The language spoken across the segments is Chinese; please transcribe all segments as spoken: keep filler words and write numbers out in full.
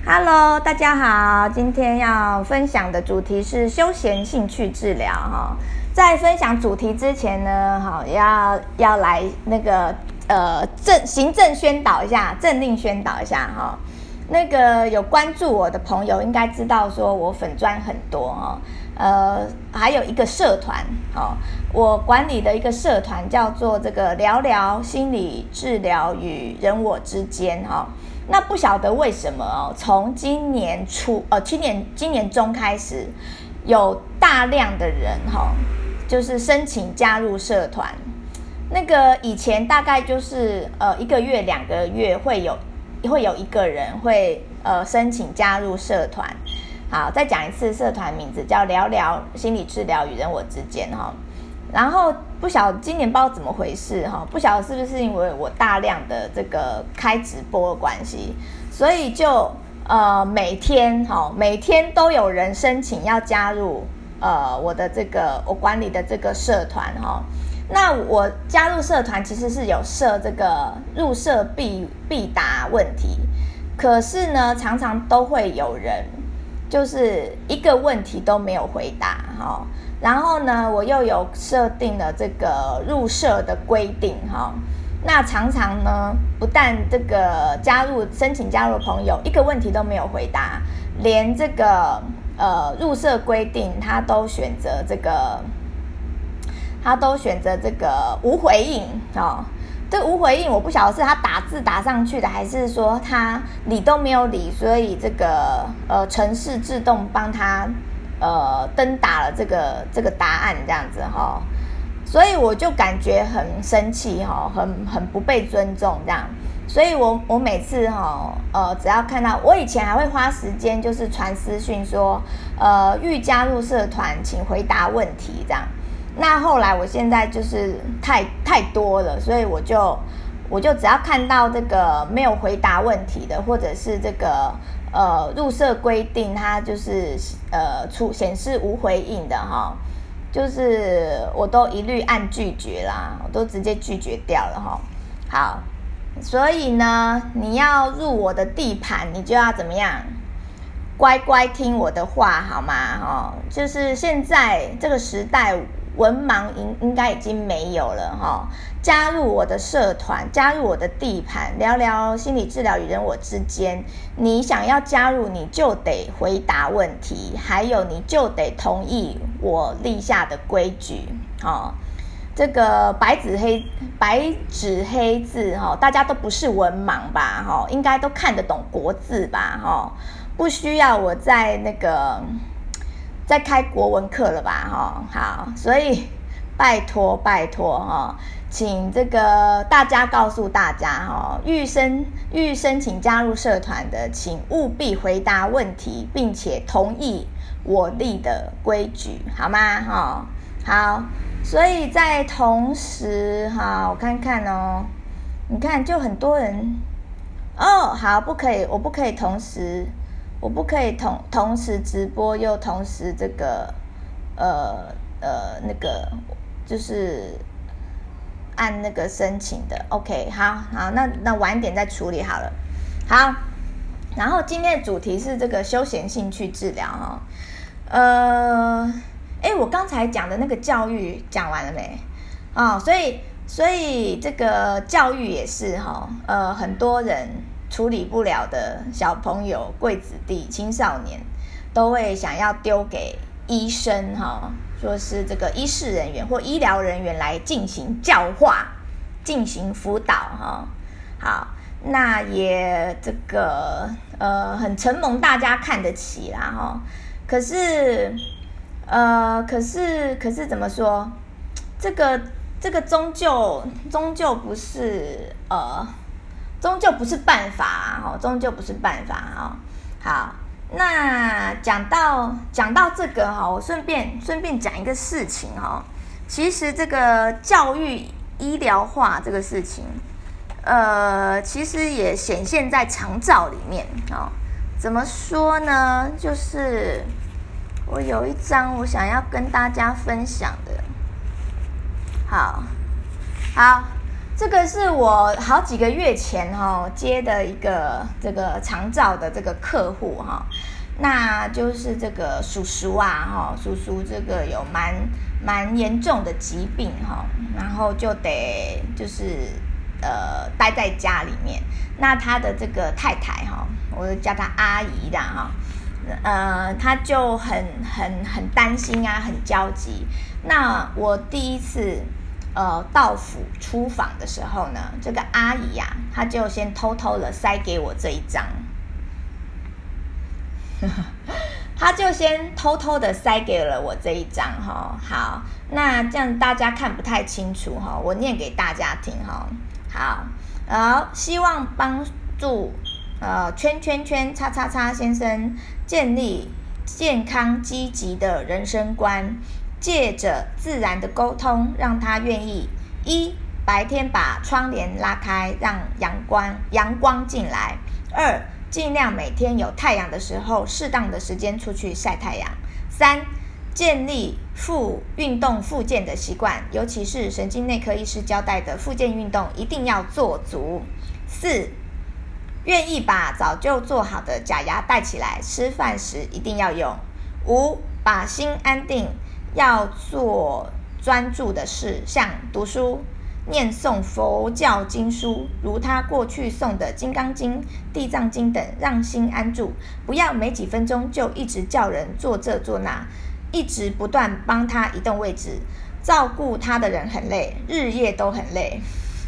Hello， 大家好，今天要分享的主题是休闲兴趣治疗哈。在分享主题之前呢，好要要来那个呃政行政宣导一下，政令宣导一下哈。那个有关注我的朋友应该知道，说我粉专很多哈，呃，还有一个社团哦，我管理的一个社团叫做这个聊聊心理治疗与人我之间哈。那不晓得为什么哦，从今年初呃，今年今年中开始，有大量的人哈、哦，就是申请加入社团。那个以前大概就是呃一个月两个月会有会有一个人会呃申请加入社团。好，再讲一次，社团名字叫聊聊心理治疗与人我之间哈。然后不晓得今年不知道怎么回事哈，不晓得是不是因为我大量的这个开直播的关系，所以就呃每天哈每天都有人申请要加入呃我的这个我管理的这个社团哈。那我加入社团其实是有设这个入社必必答问题，可是呢常常都会有人就是一个问题都没有回答哈。然后呢，我又有设定了这个入社的规定哈。那常常呢，不但这个加入申请加入的朋友一个问题都没有回答，连这个呃入社规定他都选择这个，他都选择这个无回应哦。这无回应我不晓得是他打字打上去的，还是说他理都没有理，所以这个呃程式自动帮他。呃，登打了这个这个答案这样子哈，所以我就感觉很生气哈，很很不被尊重这样，所以我我每次哈呃只要看到，我以前还会花时间就是传私讯说，呃欲加入社团请回答问题这样，那后来我现在就是太太多了，所以我就我就只要看到这个没有回答问题的，或者是这个。呃，入社规定它就是呃出显示无回应的哈，就是我都一律按拒绝啦，我都直接拒绝掉了哈。好，所以呢，你要入我的地盘，你就要怎么样？乖乖听我的话好吗？哈，就是现在这个时代，文盲应应该已经没有了哈。加入我的社团，加入我的地盘，聊聊心理治疗与人我之间。你想要加入，你就得回答问题，还有你就得同意我立下的规矩。哦，这个白纸黑白纸黑字哈、哦，大家都不是文盲吧？哈、哦，应该都看得懂国字吧？哈、哦，不需要我在那个在开国文课了吧？哈、哦，好，所以拜托拜托哈。哦请这个大家告诉大家哈，欲申欲申请加入社团的，请务必回答问题，并且同意我立的规矩，好吗？哈，好，所以在同时哈，我看看哦，你看就很多人哦，好，不可以，我不可以同时，我不可以同同时直播又同时这个呃呃那个就是。按那个申请的 ，OK， 好好，那那晚一点再处理好了。好，然后今天的主题是这个休闲兴趣治疗哈，呃，哎，我刚才讲的那个教育讲完了没？哦，所以所以这个教育也是哈，呃，很多人处理不了的小朋友、贵子弟、青少年，都会想要丢给医生哈。说是这个医事人员或医疗人员来进行教化、进行辅导哈。好，那也这个呃很承蒙大家看得起啦哈。可是呃可是可是怎么说？这个这个终究终究不是呃终究不是办法哈，终究不是办法哈。好。那讲到讲到这个哈，我顺便顺便讲一个事情哈。其实这个教育医疗化这个事情，呃，其实也显现在长照里面哦。怎么说呢？就是我有一张我想要跟大家分享的。好，好， 这个是我好几个月前哈、哦、接的一个这个长照的这个客户哈、哦，那就是这个叔叔啊哈、哦，叔叔这个有蛮蛮严重的疾病哈、哦，然后就得就是呃待在家里面。那他的这个太太哈、哦，我就叫她阿姨的哈、哦，呃，他就很很很担心啊，很焦急。那我第一次。呃，到府出访的时候呢，这个阿姨呀、啊，她就先偷偷的塞给我这一张，她就先偷偷的塞给了我这一张哈。好，那这样大家看不太清楚哈，我念给大家听哈。好，呃，希望帮助呃圈圈圈叉叉叉先生建立健康积极的人生观。借着自然的沟通，让他愿意一白天把窗帘拉开，让阳光阳光进来；二尽量每天有太阳的时候，适当的时间出去晒太阳；三建立复运动复健的习惯，尤其是神经内科医师交代的复健运动一定要做足；四愿意把早就做好的假牙戴起来，吃饭时一定要用；五把心安定。要做专注的事，像读书、念诵佛教经书，如他过去诵的《金刚经》《地藏经》等，让心安住。不要没几分钟就一直叫人做这做那，一直不断帮他移动位置。照顾他的人很累，日夜都很累。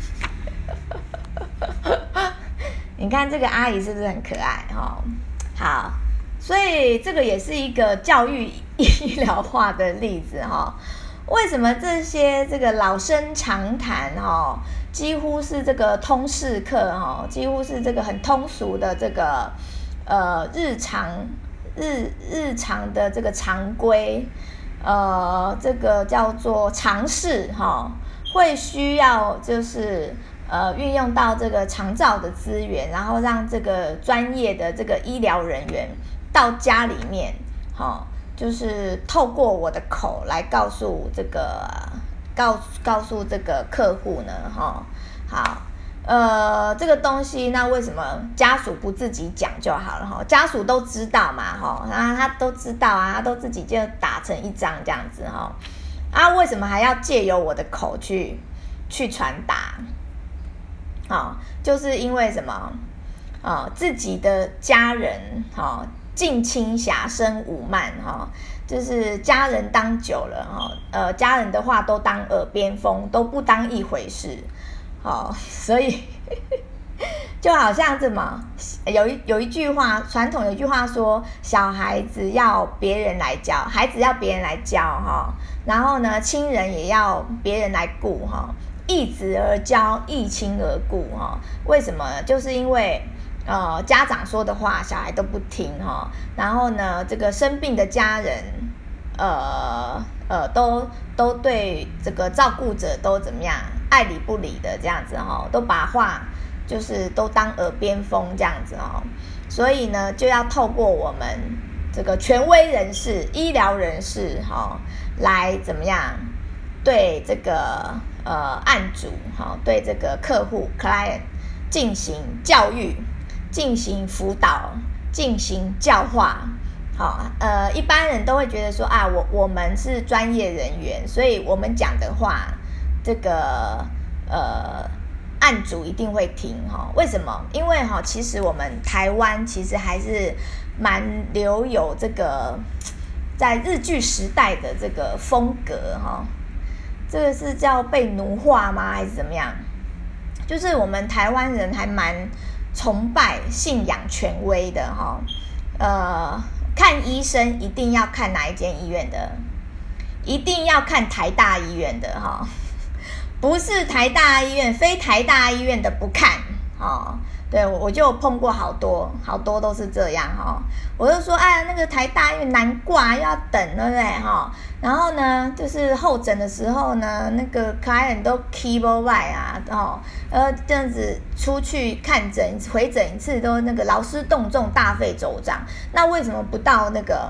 你看这个阿姨是不是很可爱？哦，好。所以这个也是一个教育医疗化的例子哈、哦。为什么这些这个老生常谈哈、哦，几乎是这个通识课哈、哦，几乎是这个很通俗的这个呃日常日日常的这个常规呃这个叫做常识哈、哦，会需要就是呃运用到这个长照的资源，然后让这个专业的这个医疗人员。到家里面，哦，就是透过我的口来告诉这个告告诉这个客户呢，哈、哦，好，呃，这个东西那为什么家属不自己讲就好了哈？家属都知道嘛，哈，啊，他都知道啊，他都自己就打成一张这样子哈，啊，为什么还要借由我的口去去传达？啊、哦，就是因为什么？啊、哦，自己的家人，哈、哦。近亲狭生五慢哈，就是家人当久了哈，呃，家人的话都当耳边风，都不当一回事，好，所以就好像这么有一有一句话，传统有一句话说，小孩子要别人来教，孩子要别人来教哈，然后呢，亲人也要别人来顾哈，易子而教，易亲而顾哈，为什么？就是因为。呃，家长说的话，小孩都不听哈、哦。然后呢，这个生病的家人，呃呃，都都对这个照顾者都怎么样，爱理不理的这样子哈、哦，都把话就是都当耳边风这样子哦。所以呢，就要透过我们这个权威人士、医疗人士哈、哦，来怎么样对这个呃案主哈、哦，对这个客户 client 进行教育。进行辅导，进行教化，好，呃，一般人都会觉得说啊，我我们是专业人员，所以我们讲的话，这个呃案主一定会听哈、哦。为什么？因为哈、哦，其实我们台湾其实还是蛮留有这个在日据时代的这个风格哈、哦。这个是叫被奴化吗？还是怎么样？就是我们台湾人还蛮。崇拜信仰权威的哈，呃，看医生一定要看哪一间医院的，一定要看台大医院的哈，不是台大医院，非台大医院的不看哦。对，我就碰过好多好多都是这样哈、哦。我就说，哎，那个台大医院难挂要等，对不对哈？然后呢，就是候诊的时候呢，那个 client 都 keyboard 外啊，哦，呃，这样子出去看诊回诊一次都那个劳师动众，大费周章。那为什么不到那个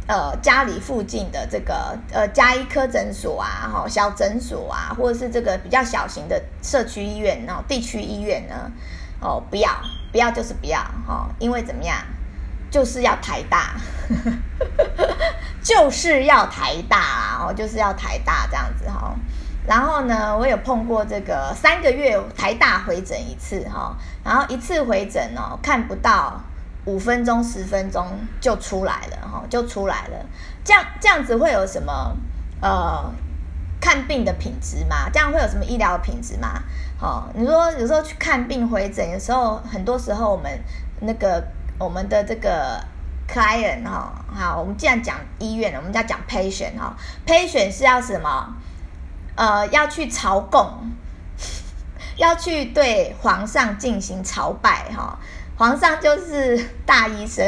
呃家里附近的这个呃家医科诊所啊，哈、哦、小诊所啊，或者是这个比较小型的社区医院哦，地区医院呢，哦不要不要就是不要哈、哦，因为怎么样，就是要台大，就是要台大啊，哦就是要台大这样子哈、哦。然后呢，我有碰过这个三个月台大回诊一次哈、哦，然后一次回诊哦看不到五分钟十分钟就出来了哈、哦，就出来了。这样这样子会有什么呃看病的品质吗？这样会有什么医疗的品质吗？哦，你说有时候去看病回诊，有时候很多时候我们那个我们的这个 client 哈、哦，好，我们既然讲医院了，我们要讲 patient 哈、哦、，patient 是要什么？呃，要去朝贡，要去对皇上进行朝拜哈、哦。皇上就是大医生，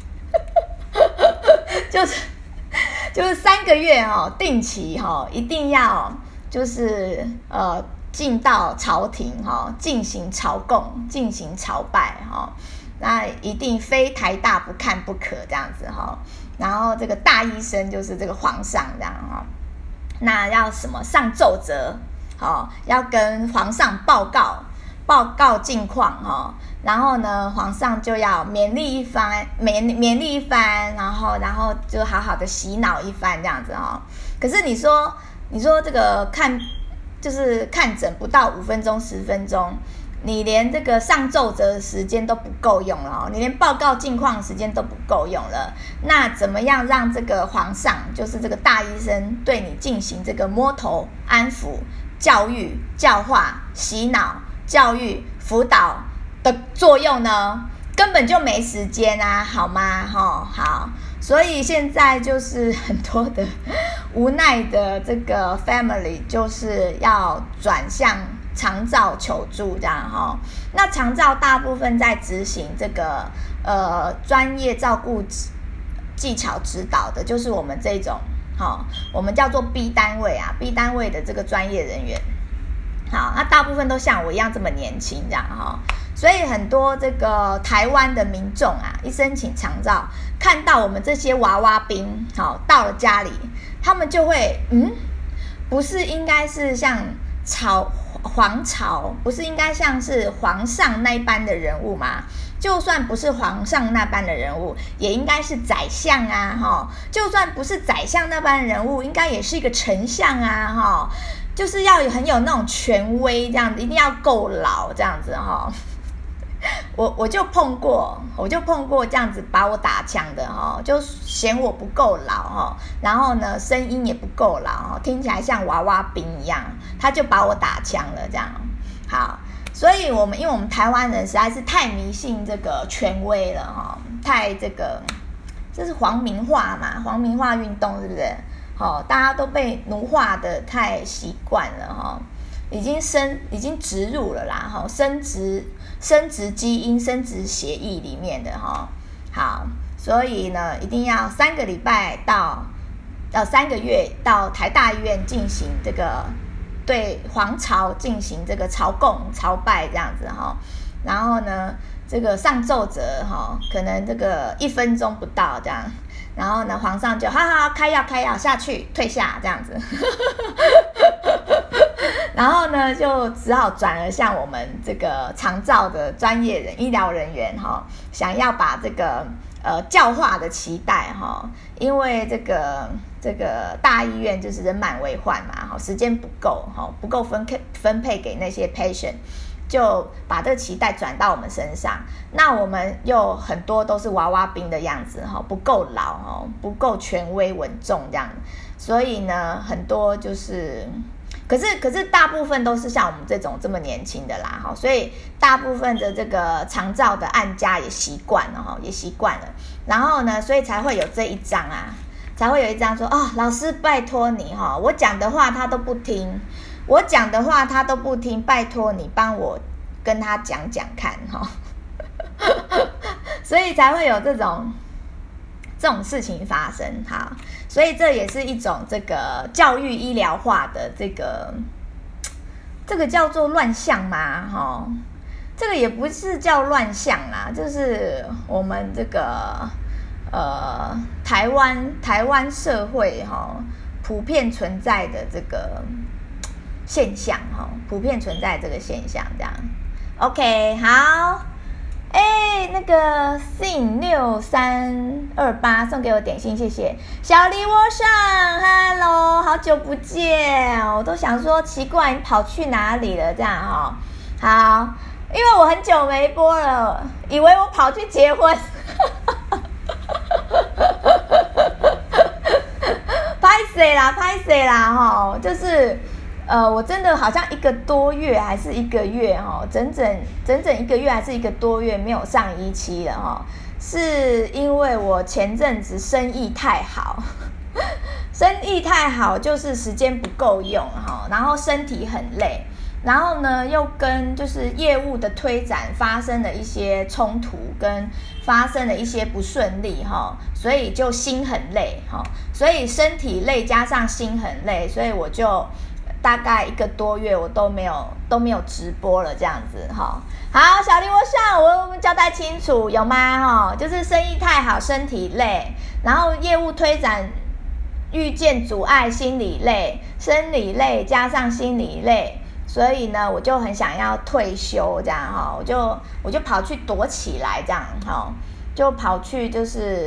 就是就是三个月哦，定期哈、哦，一定要就是呃进到朝廷哈、哦，进行朝贡，进行朝拜哈、哦。那一定非台大不看不可这样子哈、哦。然后这个大医生就是这个皇上这样哈、哦。那要什么上奏折，哦，要跟皇上报告报告近况哈、哦，然后呢，皇上就要勉励一番，勉勉励一番，然后然后就好好的洗脑一番这样子哈、哦。可是你说你说这个看就是看诊不到五分钟十分钟。你连这个上奏折的时间都不够用了哦，你连报告近况的时间都不够用了，那怎么样让这个皇上，就是这个大医生对你进行这个摸头、安抚、教育、教化、洗脑、教育、辅导的作用呢？根本就没时间啊，好吗？哦，好，所以现在就是很多的无奈的这个 family 就是要转向长照求助这样哈、哦，那长照大部分在执行这个呃专业照顾技巧指导的，就是我们这种哈、哦，我们叫做 B 单位啊 ，B 单位的这个专业人员。好，那大部分都像我一样这么年轻这样哈、哦，所以很多这个台湾的民众啊，一申请长照，看到我们这些娃娃兵，好、哦、到了家里，他们就会嗯，不是应该是像朝皇朝，不是应该像是皇上那一般的人物吗？就算不是皇上那般的人物，也应该是宰相啊，哈！就算不是宰相那般的人物，应该也是一个丞相啊，哈！就是要有很有那种权威，这样子一定要够老，这样子哈。我我就碰过，我就碰过这样子把我打枪的哈，就嫌我不够老哈，然后呢声音也不够老哈，听起来像娃娃兵一样，他就把我打枪了这样。好，所以我们因为我们台湾人实在是太迷信这个权威了哈，太这个这是皇民化嘛，皇民化运动是不是？好，大家都被奴化的太习惯了哈。已经生已经植入了啦，哈，生殖生殖基因、生殖协议里面的哈，好，所以呢，一定要三个礼拜到呃三个月到台大医院进行这个对皇朝进行这个朝贡朝拜这样子哈，然后呢，这个上奏折哈，可能这个一分钟不到这样。然后呢，皇上就哈哈开药开药下去退下这样子，然后呢就只好转而向我们这个长照的专业人医疗人员哈、哦，想要把这个呃教化的期待哈、哦，因为这个这个大医院就是人满为患嘛，哈、哦，时间不够哈、哦，不够分配分配给那些 patient。就把这个期待转到我们身上，那我们又很多都是娃娃兵的样子哈，不够老哈，不够权威稳重这样，所以呢，很多就是，可是可是大部分都是像我们这种这么年轻的啦哈，所以大部分的这个长照的案家也习惯了哈，也习惯了，然后呢，所以才会有这一章啊，才会有一章说啊、哦，老师拜托你哈，我讲的话他都不听。我讲的话他都不听，拜托你帮我跟他讲讲看哈，所以才会有这种这种事情发生哈，所以这也是一种这个教育医疗化的这个这个叫做乱象嘛哈，这个也不是叫乱象啦，就是我们这个呃台湾台湾社会哈、哦、普遍存在的这个现象哈、哦，普遍存在这个现象这样。OK， 好。哎，那个 Sing 六三二八送给我点心，谢谢小梨窝上 ，Hello， 好久不见，我都想说奇怪，你跑去哪里了？这样哈、哦，好，因为我很久没播了，以为我跑去结婚，拍谁啦，拍谁啦，哈，就是。呃，我真的好像一个多月还是一个月哈、哦，整整整整一个月还是一个多月没有上一期了哈、哦，是因为我前阵子生意太好，生意太好就是时间不够用哈、哦，然后身体很累，然后呢又跟就是业务的推展发生了一些冲突，跟发生了一些不顺利哈、哦，所以就心很累哈、哦，所以身体累加上心很累，所以我就。大概一个多月我都没有都没有直播了，这样子哈。好，小林我上我们交代清楚有吗？哈，就是生意太好，身体累，然后业务推展遇见阻碍，心理累，生理累加上心理累，所以呢，我就很想要退休这样哈，我就我就跑去躲起来这样哈，就跑去就是。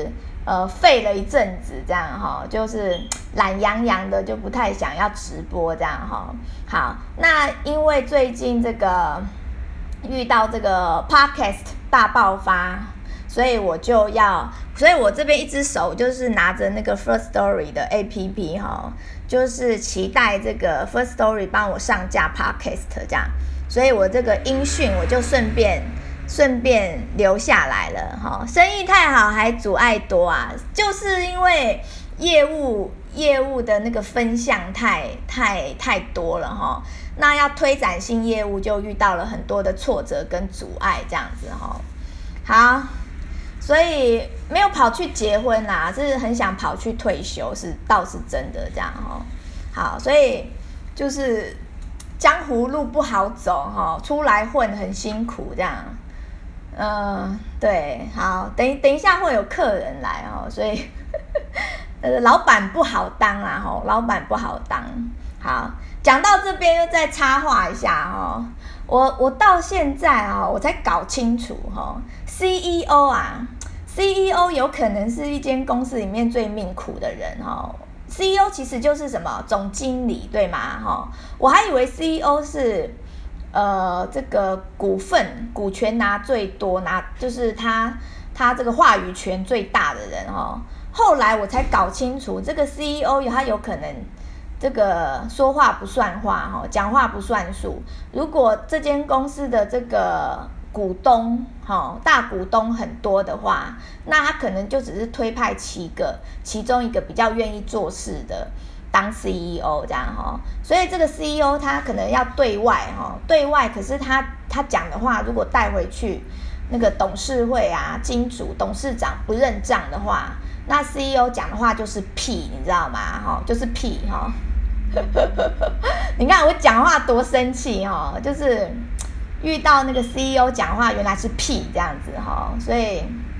呃，废了一阵子，这样哈，就是懒洋洋的，就不太想要直播这样哈。好，那因为最近这个遇到这个 podcast 大爆发，所以我就要，所以我这边一只手就是拿着那个 First Story 的 A P P 哈，就是期待这个 First Story 帮我上架 podcast 这样，所以我这个音讯我就顺便。顺便留下来了哈，生意太好还阻碍多啊，就是因为业务业务的那个分项太太太多了哈，那要推展新业务就遇到了很多的挫折跟阻碍这样子哈。好，所以没有跑去结婚啦，是很想跑去退休，是倒是真的这样哈。好，所以就是江湖路不好走哈，出来混很辛苦这样。嗯、呃，对，好，等等一下会有客人来哦，所以呃，老板不好当啦，吼，老板不好当。好，讲到这边又再插话一下哈，我我到现在啊，我才搞清楚哈 ，C E O 啊 ，C E O 有可能是一间公司里面最命苦的人哈。C E O 其实就是什么总经理对吗？哈，我还以为 C E O 是。呃，这个股份股权拿最多，拿就是他他这个话语权最大的人哦。后来我才搞清楚，这个 C E O 他有可能这个说话不算话哈，讲话不算数。如果这间公司的这个股东哈大股东很多的话，那他可能就只是推派七个，其中一个比较愿意做事的。当 C E O 这样哈，所以这个 C E O 他可能要对外哈，对外可是他他讲的话如果带回去那个董事会啊、金主、董事长不认账的话，那 C E O 讲的话就是屁，你知道吗？哈，就是屁哈。你看我讲话多生气哈，就是遇到那个 C E O 讲话原来是屁这样子哈，所以，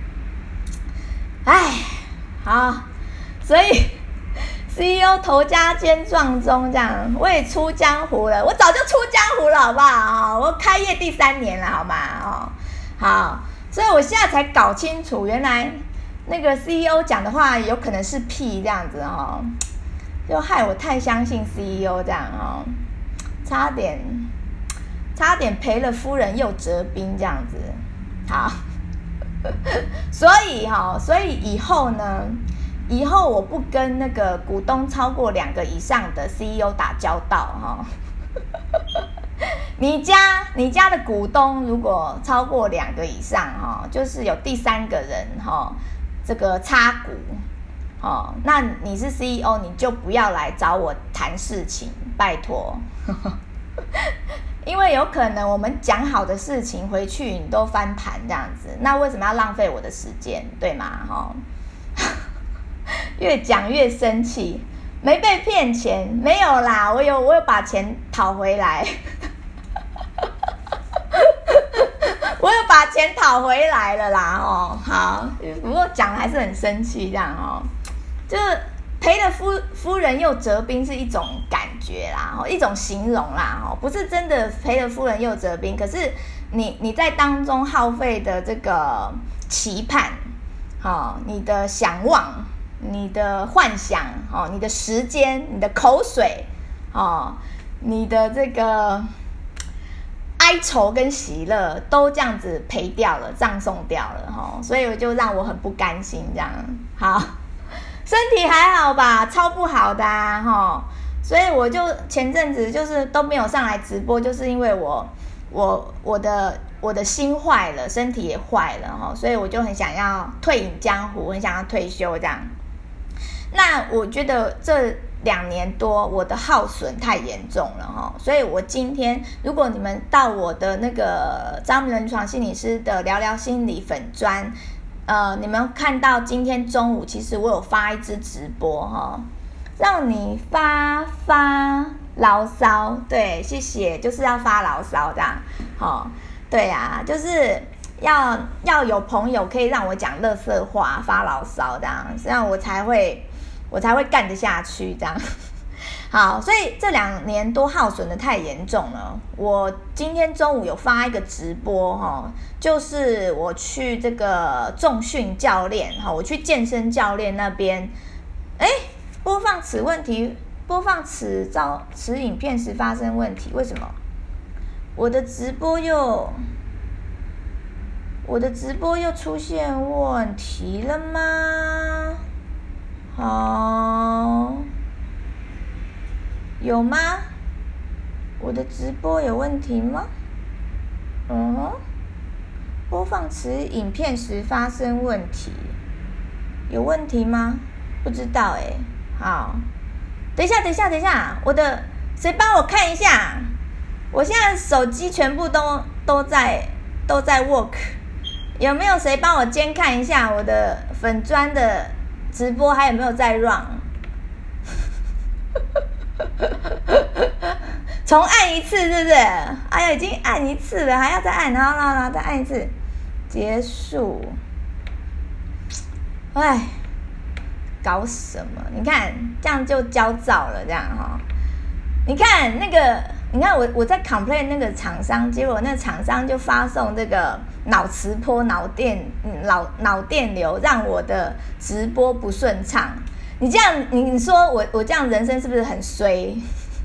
哎，好，所以。C E O 头家兼撞钟，这样我也出江湖了，我早就出江湖了，好不好？我开业第三年了，好吗？哦，好，所以我现在才搞清楚，原来那个 C E O 讲的话有可能是屁这样子哦，就害我太相信 C E O 这样哦，差点差点赔了夫人又折兵这样子，好，所以哈、哦，所以以后呢？以后我不跟那个股东超过两个以上的 C E O 打交道哈、哦。你家你家的股东如果超过两个以上哈、哦，就是有第三个人哈、哦，这个插股哦，那你是 C E O 你就不要来找我谈事情，拜托。因为有可能我们讲好的事情回去你都翻盘这样子，那为什么要浪费我的时间，对吗？哈、哦。越讲越生气，没被骗钱，没有啦，我有我有把钱讨回来， 我又把钱讨回来了啦哦。好，不过讲还是很生气这样哦，就是赔了夫夫人又折兵是一种感觉啦，一种形容啦，不是真的赔了夫人又折兵，可是你你在当中耗费的这个期盼，你的想望，你的幻想，你的时间，你的口水，你的这个哀愁跟喜乐都这样子赔掉了，葬送掉了，所以就让我很不甘心这样。好，身体还好吧？超不好的啊，所以我就前阵子就是都没有上来直播，就是因为我我我的我的心坏了，身体也坏了，所以我就很想要退隐江湖，很想要退休这样。那我觉得这两年多我的耗损太严重了，所以我今天如果你们到我的那个张明临床心理师的聊聊心理粉专，呃，你们看到今天中午其实我有发一支直播，让你发发牢骚，对，谢谢，就是要发牢骚这样，对啊，就是要要有朋友可以让我讲垃圾话发牢骚这样，这样我才会我才会干得下去这样。好，所以这两年多耗损的太严重了。我今天中午有发一个直播，就是我去这个重训教练，我去健身教练那边，哎，播放此问题，播放此照此影片时发生问题，为什么？我的直播又我的直播又出现问题了吗？好，有吗？我的直播有问题吗？嗯，播放此影片时发生问题，有问题吗？不知道哎。好，等一下，等一下，等一下，我的谁帮我看一下？我现在手机全部都都在都在 work， 有没有谁帮我监看一下我的粉专的直播还有没有在 run？ 重按一次是不是？哎呀，已经按一次了，还要再按，然后然后然后再按一次，结束。哎，搞什么？你看这样就焦躁了，这样哈。你看那个，你看我我在 complain 那个厂商，结果那厂商就发送这个脑磁波、脑电、脑脑电流，让我的直播不顺畅。你这样，你说我我这样人生是不是很衰？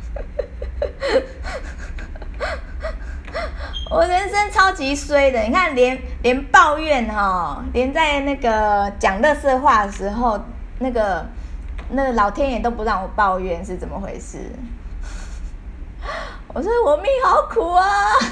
我人生超级衰的，你看连连抱怨哈，连在那个讲垃圾话的时候，那个那个老天爷都不让我抱怨，是怎么回事？我说我命好苦啊，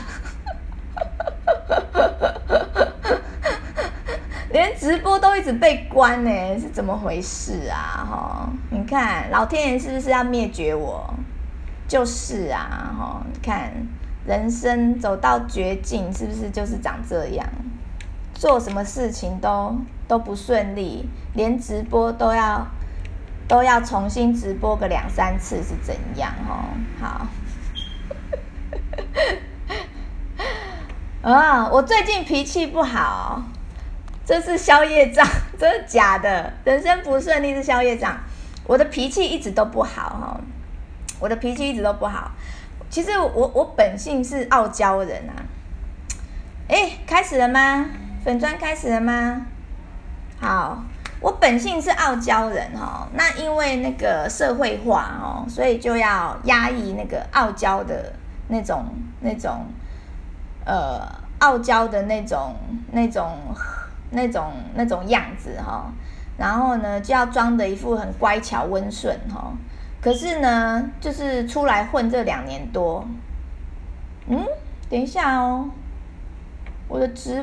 连直播都一直被关呢，是怎么回事啊？哈，你看老天爷是不是要灭绝我？就是啊，哈，你看人生走到绝境，是不是就是长这样？做什么事情都都不顺利，连直播都要都要重新直播个两三次，是怎样？哈，好。啊，我最近脾气不好，这是消业障，这是假的。人生不顺利是消业障，我的脾气一直都不好哈，我的脾气一直都不好。其实我我本性是傲娇人啊。哎，开始了吗？粉专开始了吗？好，我本性是傲娇人哈，那因为那个社会化哦，所以就要压抑那个傲娇的那种那种。呃，傲娇的那种、那种、那种、那种样子哈，然后呢，就要装的一副很乖巧温顺哈。可是呢，就是出来混这两年多，嗯，等一下哦，我的直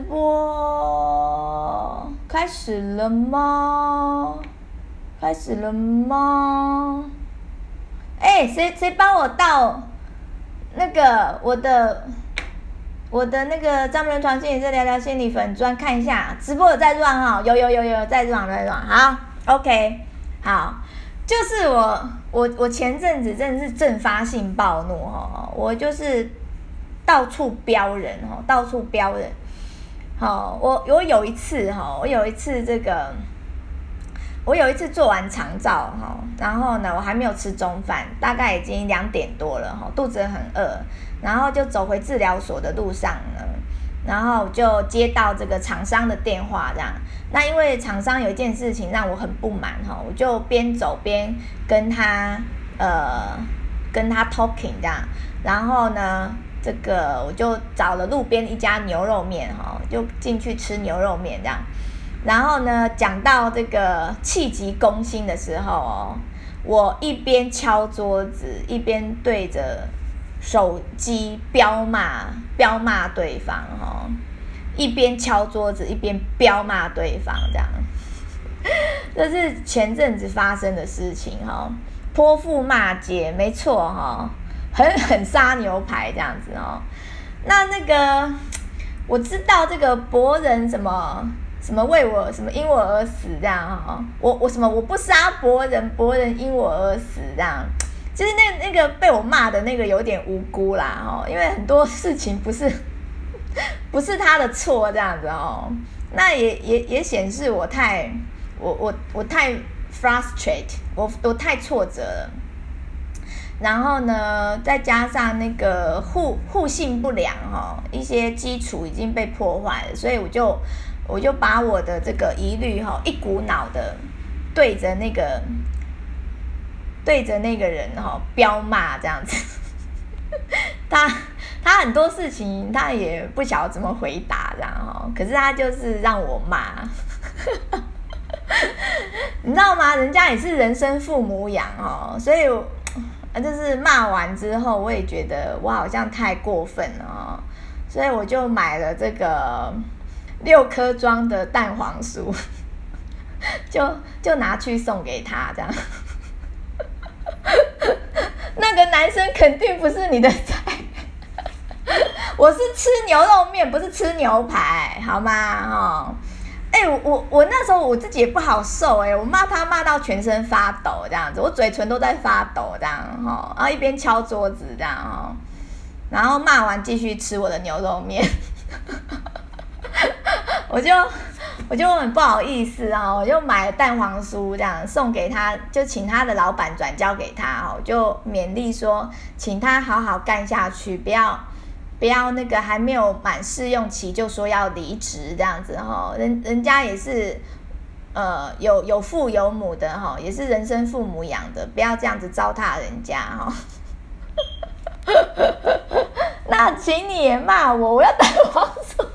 播开始了吗？开始了吗？哎，谁谁帮我到那个我的？我的那个张明床心理师聊聊心理粉专看一下，直播有在 run 哈，有有有有在 run 在 run， 好 ，OK， 好，就是我我我前阵子真的是阵发性暴怒哈，我就是到处飙人哈，到处飙人， 好，我我有一次哈，我有一次这个，我有一次做完长照哈，然后呢，我还没有吃中饭，大概已经两点多了哈，肚子很饿，然后就走回治疗所的路上呢，然后就接到这个厂商的电话这样。那因为厂商有一件事情让我很不满哈，我就边走边跟他呃跟他 talking 这样，然后呢，这个我就找了路边一家牛肉面哈，就进去吃牛肉面这样。然后呢，讲到这个气急攻心的时候哦，我一边敲桌子，一边对着手机飙骂飙骂对方哈。一边敲桌子一边飙骂对方，这样，这是前阵子发生的事情哈，泼妇骂街，没错哈，狠狠杀牛排这样子哦。那那个我知道这个博人什么什么为我什么因我而死这样哈，我我什么我不杀博人，博人因我而死这样。其实那那个被我骂的那个有点无辜啦哈，因为很多事情不是。不是他的错这样子哦，那也也也显示我太我我我太 frustrate， 我我太挫折了。然后呢，再加上那个互互信不良哈、哦，一些基础已经被破坏了，所以我就我就把我的这个疑虑哈、哦，一股脑的对着那个对着那个人哈、哦、飙骂这样子，他。他很多事情他也不晓得怎么回答这样哈，可是他就是让我骂，你知道吗？人家也是人生父母养哦，所以就是骂完之后，我也觉得我好像太过分了哦，所以我就买了这个六颗装的蛋黄酥，就就拿去送给他这样。那个男生肯定不是你的菜。我是吃牛肉面，不是吃牛排，好吗？哦，哎、欸，我我我那时候我自己也不好受哎、欸，我骂他骂到全身发抖这样子，我嘴唇都在发抖这样哈、哦，然后一边敲桌子这样哈、哦，然后骂完继续吃我的牛肉面，我就我就很不好意思啊，我就买了蛋黄酥这样送给他，就请他的老板转交给他，我就勉励说，请他好好干下去，不要。不要那个还没有满试用期就说要离职这样子哈，人人家也是呃有有父有母的哈，也是人生父母养的，不要这样子糟蹋人家哈。那请你也骂我，我要蛋黄酥，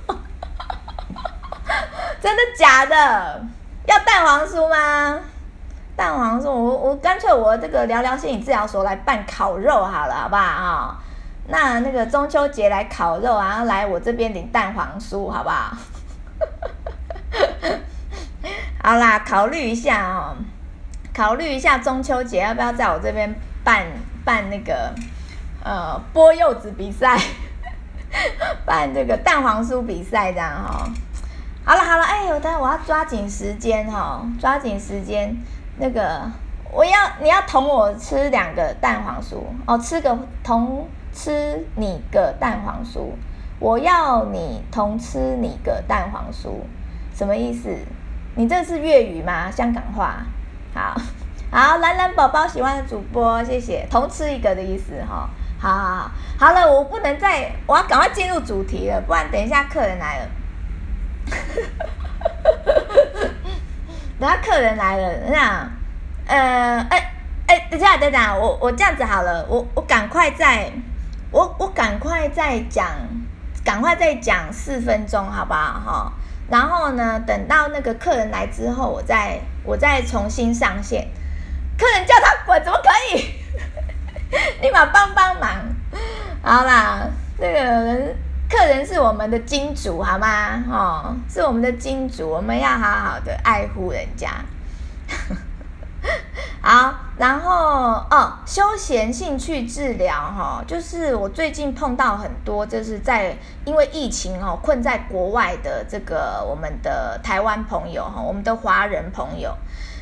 真的假的？要蛋黄酥吗？蛋黄酥，我我干脆我这个聊聊心理治疗所来办烤肉好了，好不好哈？那那个中秋节来烤肉，然后来我这边领蛋黄酥，好不好？好啦，考虑一下哦，考虑一下中秋节要不要在我这边办办那个呃剥柚子比赛，办这个蛋黄酥比赛这样哈、哦。好了好了，哎呦，但我要抓紧时间哈、哦，抓紧时间，那个我要你要同我吃两个蛋黄酥哦，吃个同。吃你个蛋黄酥，我要你同吃你个蛋黄酥，什么意思？你这是粤语吗？香港话？好，好，蓝蓝宝宝喜欢的主播，谢谢，同吃一个的意思哈。好好好，好了，我不能再，我要赶快进入主题了，不然等一下客人来了。等下客人来了，那呃，哎哎，等一下等等，我我这样子好了，我我赶快再。我我赶快再讲，赶快再讲四分钟，好不好哈？然后呢，等到那个客人来之后，我再我再重新上线。客人叫他滚，怎么可以？立马帮帮忙。好啦，这个人客人是我们的金主，好吗？哦，是我们的金主，我们要好好的爱护人家。好，然后哦，休闲兴趣治疗哈、哦，就是我最近碰到很多，就是在因为疫情哈、哦，困在国外的这个我们的台湾朋友哈，我们的华人朋友，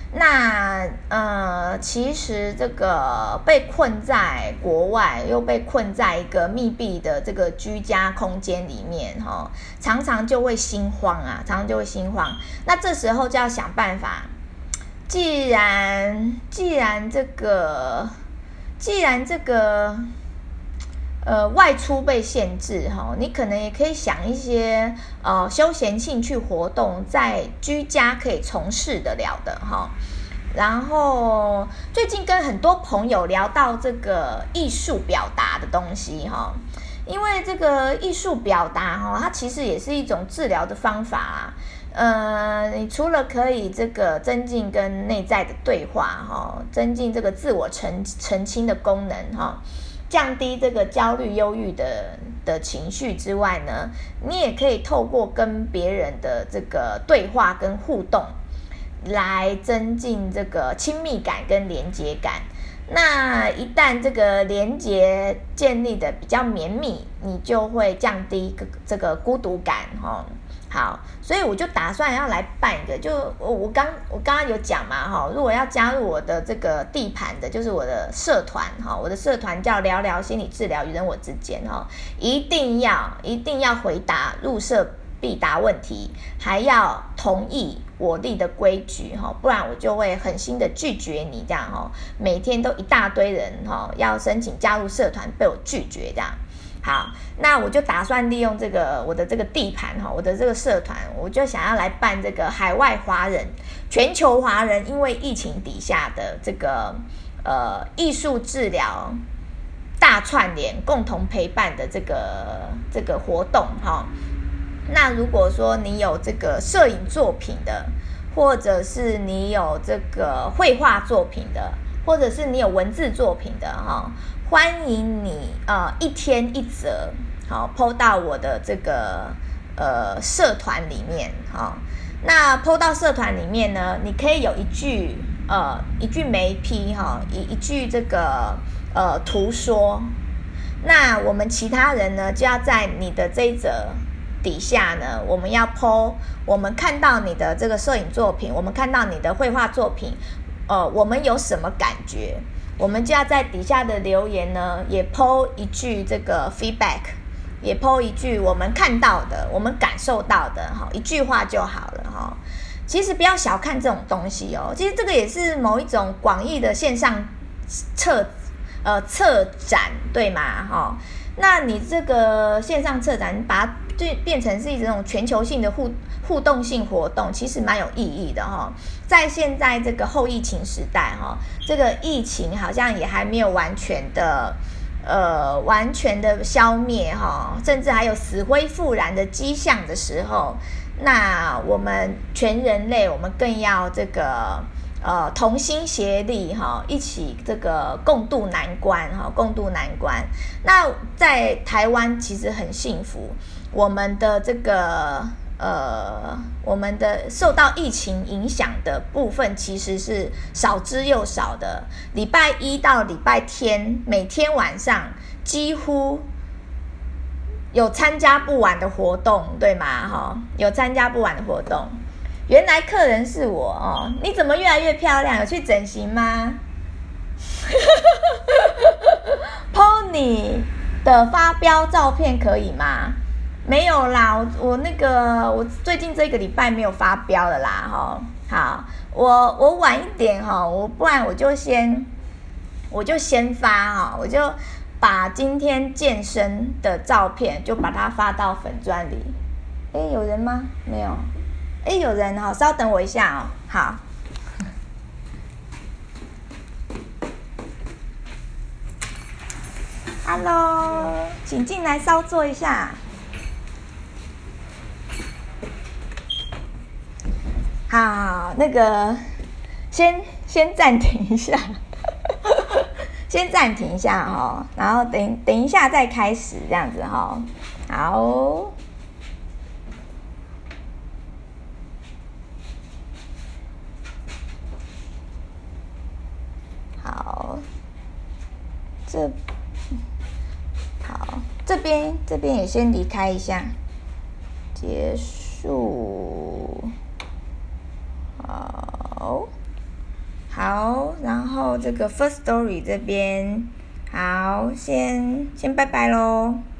那呃，其实这个被困在国外，又被困在一个密闭的这个居家空间里面，哈、哦，常常就会心慌啊，常常就会心慌。那这时候就要想办法，既然既然这个既然这个呃外出被限制哈、哦，你可能也可以想一些呃休闲兴趣活动，在居家可以从事得了的哈。哦，然后最近跟很多朋友聊到这个艺术表达的东西哈，因为这个艺术表达哈，它其实也是一种治疗的方法啊。呃，你除了可以这个增进跟内在的对话哈，增进这个自我澄澄清的功能哈，降低这个焦虑、忧郁的的情绪之外呢，你也可以透过跟别人的这个对话跟互动，来增进这个亲密感跟连结感。那一旦这个连结建立的比较绵密，你就会降低这个孤独感哈。好，所以我就打算要来办一个，就我我刚我刚刚有讲嘛哈，如果要加入我的这个地盘的，就是我的社团哈，我的社团叫聊聊心理治疗与人我之间哈，一定要一定要回答入社必答问题，还要同意我立的规矩哈，不然我就会狠心的拒绝你这样哈，每天都一大堆人哈要申请加入社团被我拒绝这样。好，那我就打算利用这个我的这个地盘哈，我的这个社团，我就想要来办这个海外华人、全球华人因为疫情底下的这个呃艺术治疗大串联、共同陪伴的这个这个活动哈。那如果说你有这个摄影作品的，或者是你有这个绘画作品的，或者是你有文字作品的哈，欢迎你呃一天一则好 po 到我的这个呃社团里面哈。那 po 到社团里面呢，你可以有一句呃一句眉批哈，一一句这个呃图说。那我们其他人呢，就要在你的这一则底下呢，我们要 po 我们看到你的这个摄影作品，我们看到你的绘画作品，呃，我们有什么感觉？我们就要在底下的留言呢，也 po 一句这个 feedback， 也 po 一句我们看到的，我们感受到的，哈，一句话就好了哈。其实不要小看这种东西哦，其实这个也是某一种广义的线上策呃策展，对吗？哈，那你这个线上策展，你把它就变成是一种全球性的互互动性活动，其实蛮有意义的哈。在现在这个后疫情时代哈，这个疫情好像也还没有完全的呃完全的消灭哈，甚至还有死灰复燃的迹象的时候，那我们全人类我们更要这个呃同心协力哈，一起这个共度难关哈，共度难关。那在台湾其实很幸福，我们的这个呃，我们的受到疫情影响的部分其实是少之又少的。礼拜一到礼拜天，每天晚上几乎有参加不完的活动，对吗？哈，有参加不完的活动。原来客人是我哦，你怎么越来越漂亮？有去整形吗？Pony 的发飙照片可以吗？没有啦，我我那个我最近这个礼拜没有发飙了啦，哈，好，我我晚一点哈，我不然我就先我就先发哈，我就把今天健身的照片就把它发到粉专里。诶，有人吗？没有。诶，有人哈，稍等我一下哦，好。Hello， 请进来稍坐一下。好，那个先先暂停一下，先暂停一下哈、哦，然后等等一下再开始这样子哈、哦。好，好，这好这边这边也先离开一下，结束。好， 好，然后这个 First Story 这边，好，先先拜拜喽。